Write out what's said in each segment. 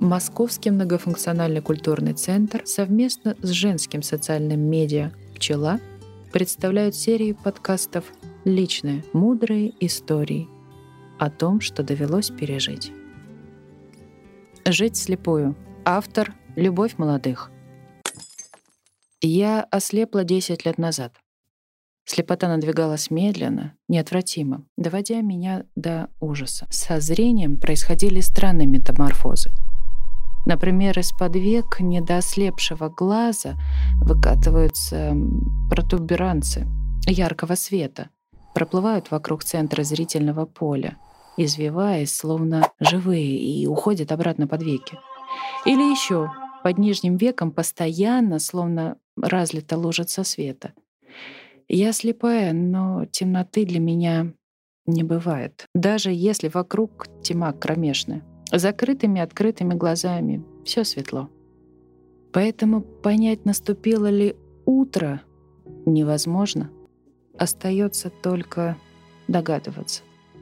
Московский многофункциональный культурный центр совместно с женским социальным медиа «Пчела» представляют серию подкастов «Личные мудрые истории» о том, что довелось пережить. «Жить слепую». Автор «Любовь молодых». Я ослепла 10 лет назад. Слепота надвигалась медленно, неотвратимо, доводя меня до ужаса. Со зрением происходили странные метаморфозы. Например, из-под век недоослепшего глаза выкатываются протуберанцы яркого света, проплывают вокруг центра зрительного поля, извиваясь, словно живые, и уходят обратно под веки. Или еще под нижним веком постоянно, словно разлита лужица света. Я слепая, но темноты для меня не бывает. Даже если вокруг тьма кромешная. Закрытыми открытыми глазами все светло. Поэтому понять, наступило ли утро, невозможно. Остается только догадываться.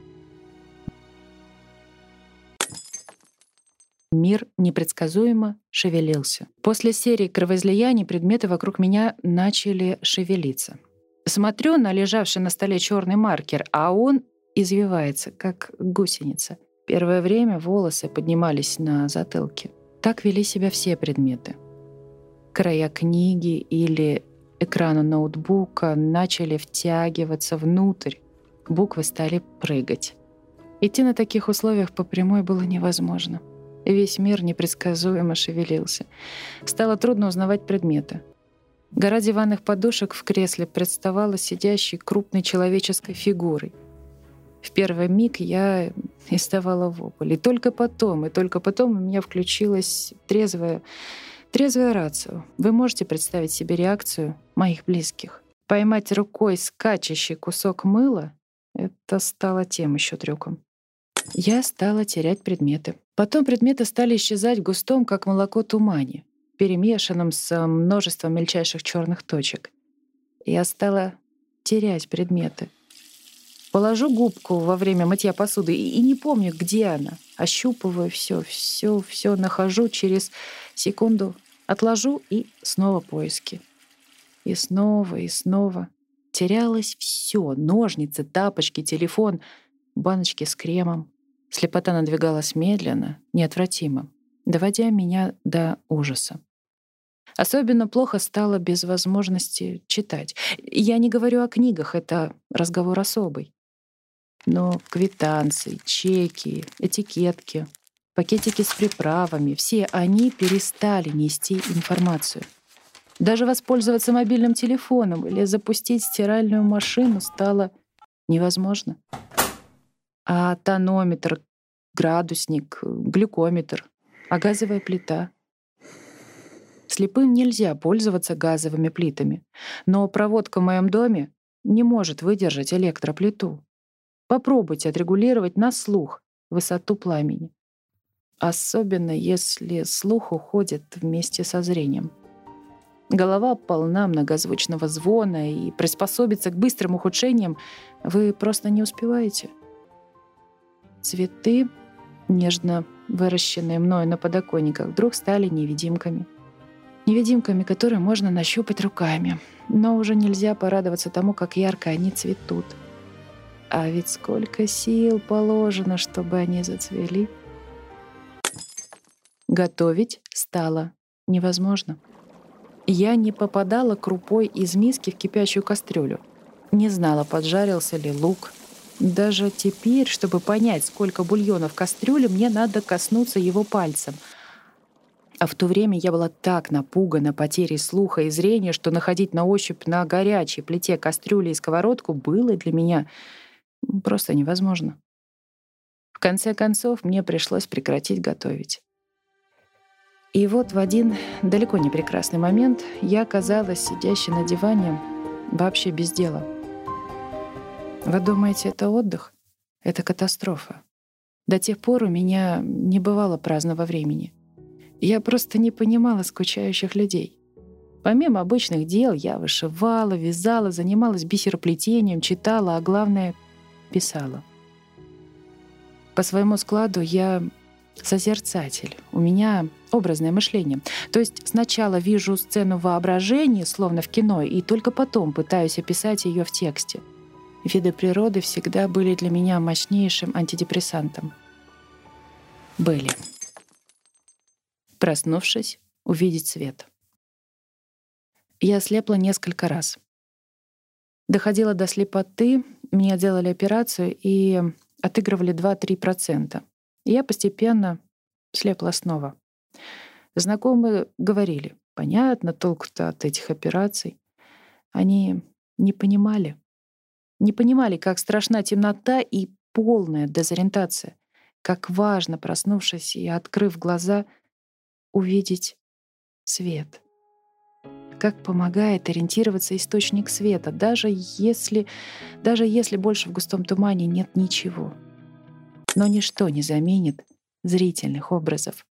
Мир непредсказуемо шевелился. После серии кровоизлияний предметы вокруг меня начали шевелиться. Смотрю на лежавший на столе черный маркер, а он извивается, как гусеница. Первое время волосы поднимались на затылке. Так вели себя все предметы. Края книги или экрана ноутбука начали втягиваться внутрь. Буквы стали прыгать. Идти на таких условиях по прямой было невозможно. Весь мир непредсказуемо шевелился. Стало трудно узнавать предметы. Гора диванных подушек в кресле представала сидящей крупной человеческой фигурой. В первый миг я издавала вопль. И только потом у меня включилась трезвая рацио. Вы можете представить себе реакцию моих близких? Поймать рукой скачущий кусок мыла — это стало тем еще трюком. Я стала терять предметы. Потом предметы стали исчезать в густом, как молоко, тумане, перемешанном с множеством мельчайших черных точек. Я стала терять предметы. Положу губку во время мытья посуды и не помню, где она. Ощупываю все нахожу, через секунду отложу и снова поиски. И снова. Терялось все: ножницы, тапочки, телефон, баночки с кремом. Слепота надвигалась медленно, неотвратимо, доводя меня до ужаса. Особенно плохо стало без возможности читать. Я не говорю о книгах, это разговор особый. Но квитанции, чеки, этикетки, пакетики с приправами — все они перестали нести информацию. Даже воспользоваться мобильным телефоном или запустить стиральную машину стало невозможно. А тонометр, градусник, глюкометр, а газовая плита? Слепым нельзя пользоваться газовыми плитами, но проводка в моем доме не может выдержать электроплиту. Попробуйте отрегулировать на слух высоту пламени. Особенно если слух уходит вместе со зрением. Голова полна многозвучного звона, и приспособиться к быстрым ухудшениям вы просто не успеваете. Цветы, нежно выращенные мною на подоконниках, вдруг стали невидимками. Невидимками, которые можно нащупать руками. Но уже нельзя порадоваться тому, как ярко они цветут. А ведь сколько сил положено, чтобы они зацвели. Готовить стало невозможно. Я не попадала крупой из миски в кипящую кастрюлю. Не знала, поджарился ли лук. Даже теперь, чтобы понять, сколько бульона в кастрюле, мне надо коснуться его пальцем. А в то время я была так напугана потерей слуха и зрения, что находить на ощупь на горячей плите кастрюли и сковородку было для меня просто невозможно. В конце концов, мне пришлось прекратить готовить. И вот в один далеко не прекрасный момент я оказалась сидящей на диване вообще без дела. Вы думаете, это отдых? Это катастрофа. До тех пор у меня не бывало праздного времени. Я просто не понимала скучающих людей. Помимо обычных дел я вышивала, вязала, занималась бисероплетением, читала, а главное — писала. По своему складу я созерцатель. У меня образное мышление. То есть сначала вижу сцену в воображении, словно в кино, и только потом пытаюсь описать ее в тексте. Виды природы всегда были для меня мощнейшим антидепрессантом. Были. Проснувшись, увидеть свет. Я ослепла несколько раз. Доходила до слепоты, мне делали операцию и отыгрывали 2-3%. И я постепенно слепла снова. Знакомые говорили: понятно, толку-то от этих операций. Они не понимали. Не понимали, как страшна темнота и полная дезориентация. Как важно, проснувшись и открыв глаза, увидеть свет. Как помогает ориентироваться источник света, даже если больше в густом тумане нет ничего. Но ничто не заменит зрительных образов.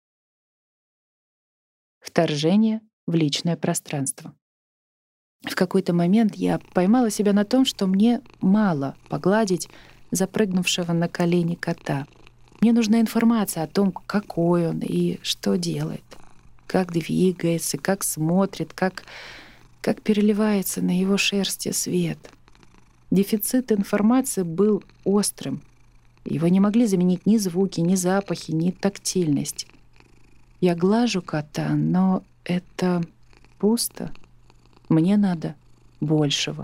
Вторжение в личное пространство. В какой-то момент я поймала себя на том, что мне мало погладить запрыгнувшего на колени кота. Мне нужна информация о том, какой он и что делает, как двигается, как смотрит, как переливается на его шерсти свет. Дефицит информации был острым. Его не могли заменить ни звуки, ни запахи, ни тактильность. Я глажу кота, но это пусто. Мне надо большего.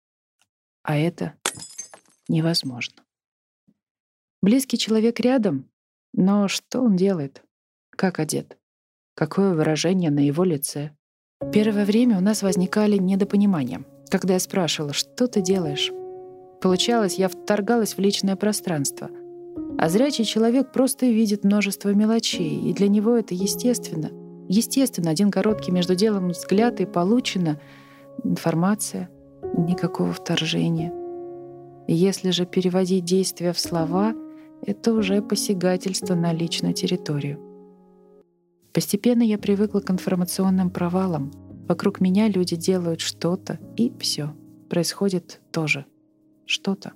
А это невозможно. Близкий человек рядом, но что он делает? Как одет? Какое выражение на его лице? Первое время у нас возникали недопонимания, когда я спрашивала: что ты делаешь? Получалось, я вторгалась в личное пространство. А зрячий человек просто видит множество мелочей, и для него это естественно. Естественно, один короткий между делом взгляд, и получена информация, никакого вторжения. И если же переводить действия в слова, это уже посягательство на личную территорию. Постепенно я привыкла к информационным провалам. Вокруг меня люди делают что-то, и все. Происходит тоже что-то.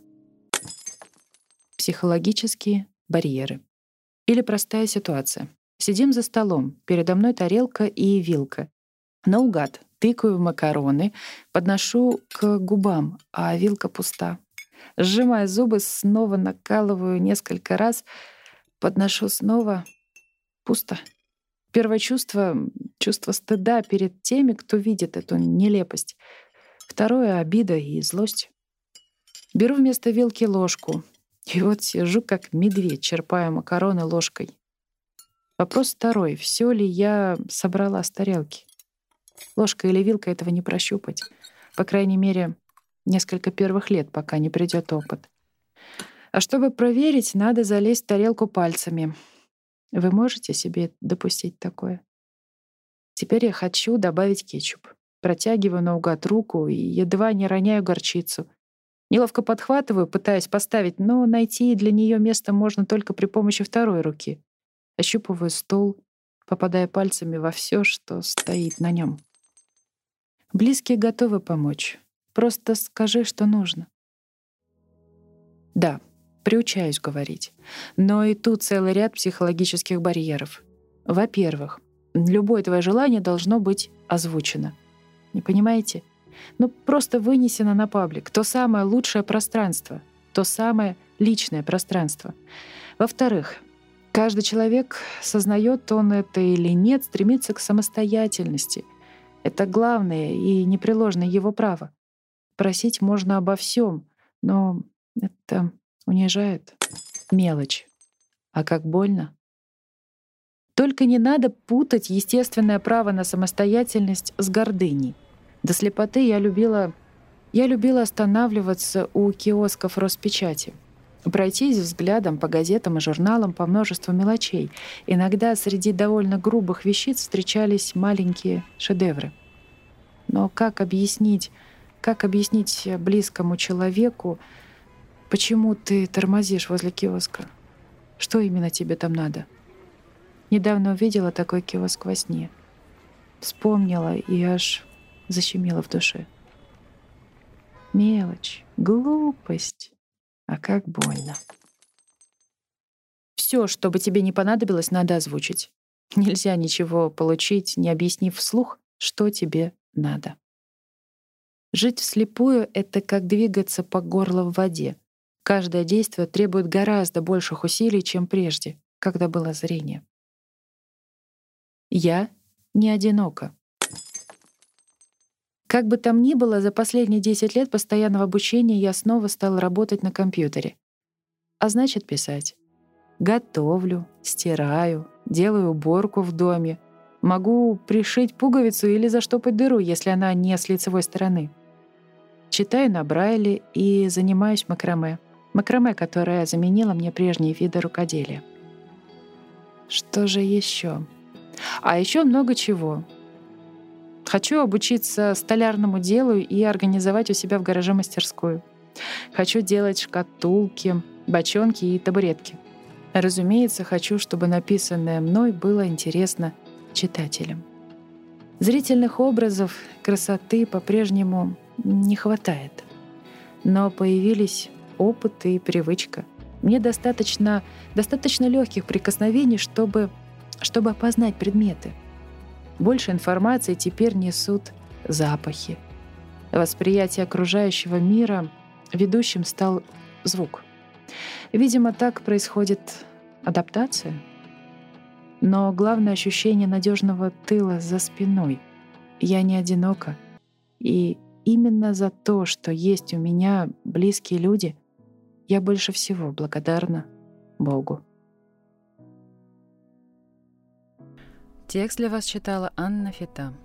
Психологические барьеры. Или простая ситуация. Сидим за столом, передо мной тарелка и вилка. Наугад тыкаю в макароны, подношу к губам, а вилка пуста. Сжимая зубы, снова накалываю несколько раз, подношу снова. Пусто. Первое чувство — чувство стыда перед теми, кто видит эту нелепость. Второе — обида и злость. Беру вместо вилки ложку. И вот сижу, как медведь, черпая макароны ложкой. Вопрос второй. Все ли я собрала с тарелки? Ложка или вилка — этого не прощупать. По крайней мере, несколько первых лет, пока не придет опыт. А чтобы проверить, надо залезть в тарелку пальцами. Вы можете себе допустить такое? Теперь я хочу добавить кетчуп. Протягиваю наугад руку и едва не роняю горчицу. Неловко подхватываю, пытаясь поставить, но найти для нее место можно только при помощи второй руки. Ощупываю стол, попадая пальцами во все, что стоит на нем. Близкие готовы помочь. Просто скажи, что нужно. Да, приучаюсь говорить. Но и тут целый ряд психологических барьеров. Во-первых, любое твое желание должно быть озвучено. Не понимаете? Просто вынесено на паблик. То самое лучшее пространство. То самое личное пространство. Во-вторых, каждый человек, сознает он это или нет, стремится к самостоятельности. Это главное и непреложное его право. Просить можно обо всем, но это унижает. Мелочь. А как больно. Только не надо путать естественное право на самостоятельность с гордыней. До слепоты я любила останавливаться у киосков Роспечати, пройтись взглядом по газетам и журналам по множеству мелочей. Иногда среди довольно грубых вещиц встречались маленькие шедевры. Но как объяснить близкому человеку, почему ты тормозишь возле киоска? Что именно тебе там надо? Недавно увидела такой киоск во сне. Вспомнила и аж защемило в душе. Мелочь, глупость, а как больно. Все все, что бы тебе не понадобилось, надо озвучить. Нельзя ничего получить, не объяснив вслух, что тебе надо. Жить вслепую — это как двигаться по горло в воде. Каждое действие требует гораздо больших усилий, чем прежде, когда было зрение. Я не одинока. Как бы там ни было, за последние 10 лет постоянного обучения я снова стала работать на компьютере. А значит, писать. Готовлю, стираю, делаю уборку в доме. Могу пришить пуговицу или заштопать дыру, если она не с лицевой стороны. Читаю на Брайле и занимаюсь макраме. Макраме, которое заменило мне прежние виды рукоделия. Что же еще? А еще много чего. Хочу обучиться столярному делу и организовать у себя в гараже мастерскую. Хочу делать шкатулки, бочонки и табуретки. Разумеется, хочу, чтобы написанное мной было интересно читателям. Зрительных образов, красоты по-прежнему не хватает. Но появились опыт и привычка. Мне достаточно легких прикосновений, чтобы опознать предметы. Больше информации теперь несут запахи. Восприятие окружающего мира ведущим стал звук. Видимо, так происходит адаптация. Но главное ощущение надежного тыла за спиной. Я не одинока. И именно за то, что есть у меня близкие люди, я больше всего благодарна Богу. Текст для вас читала Анна Фита.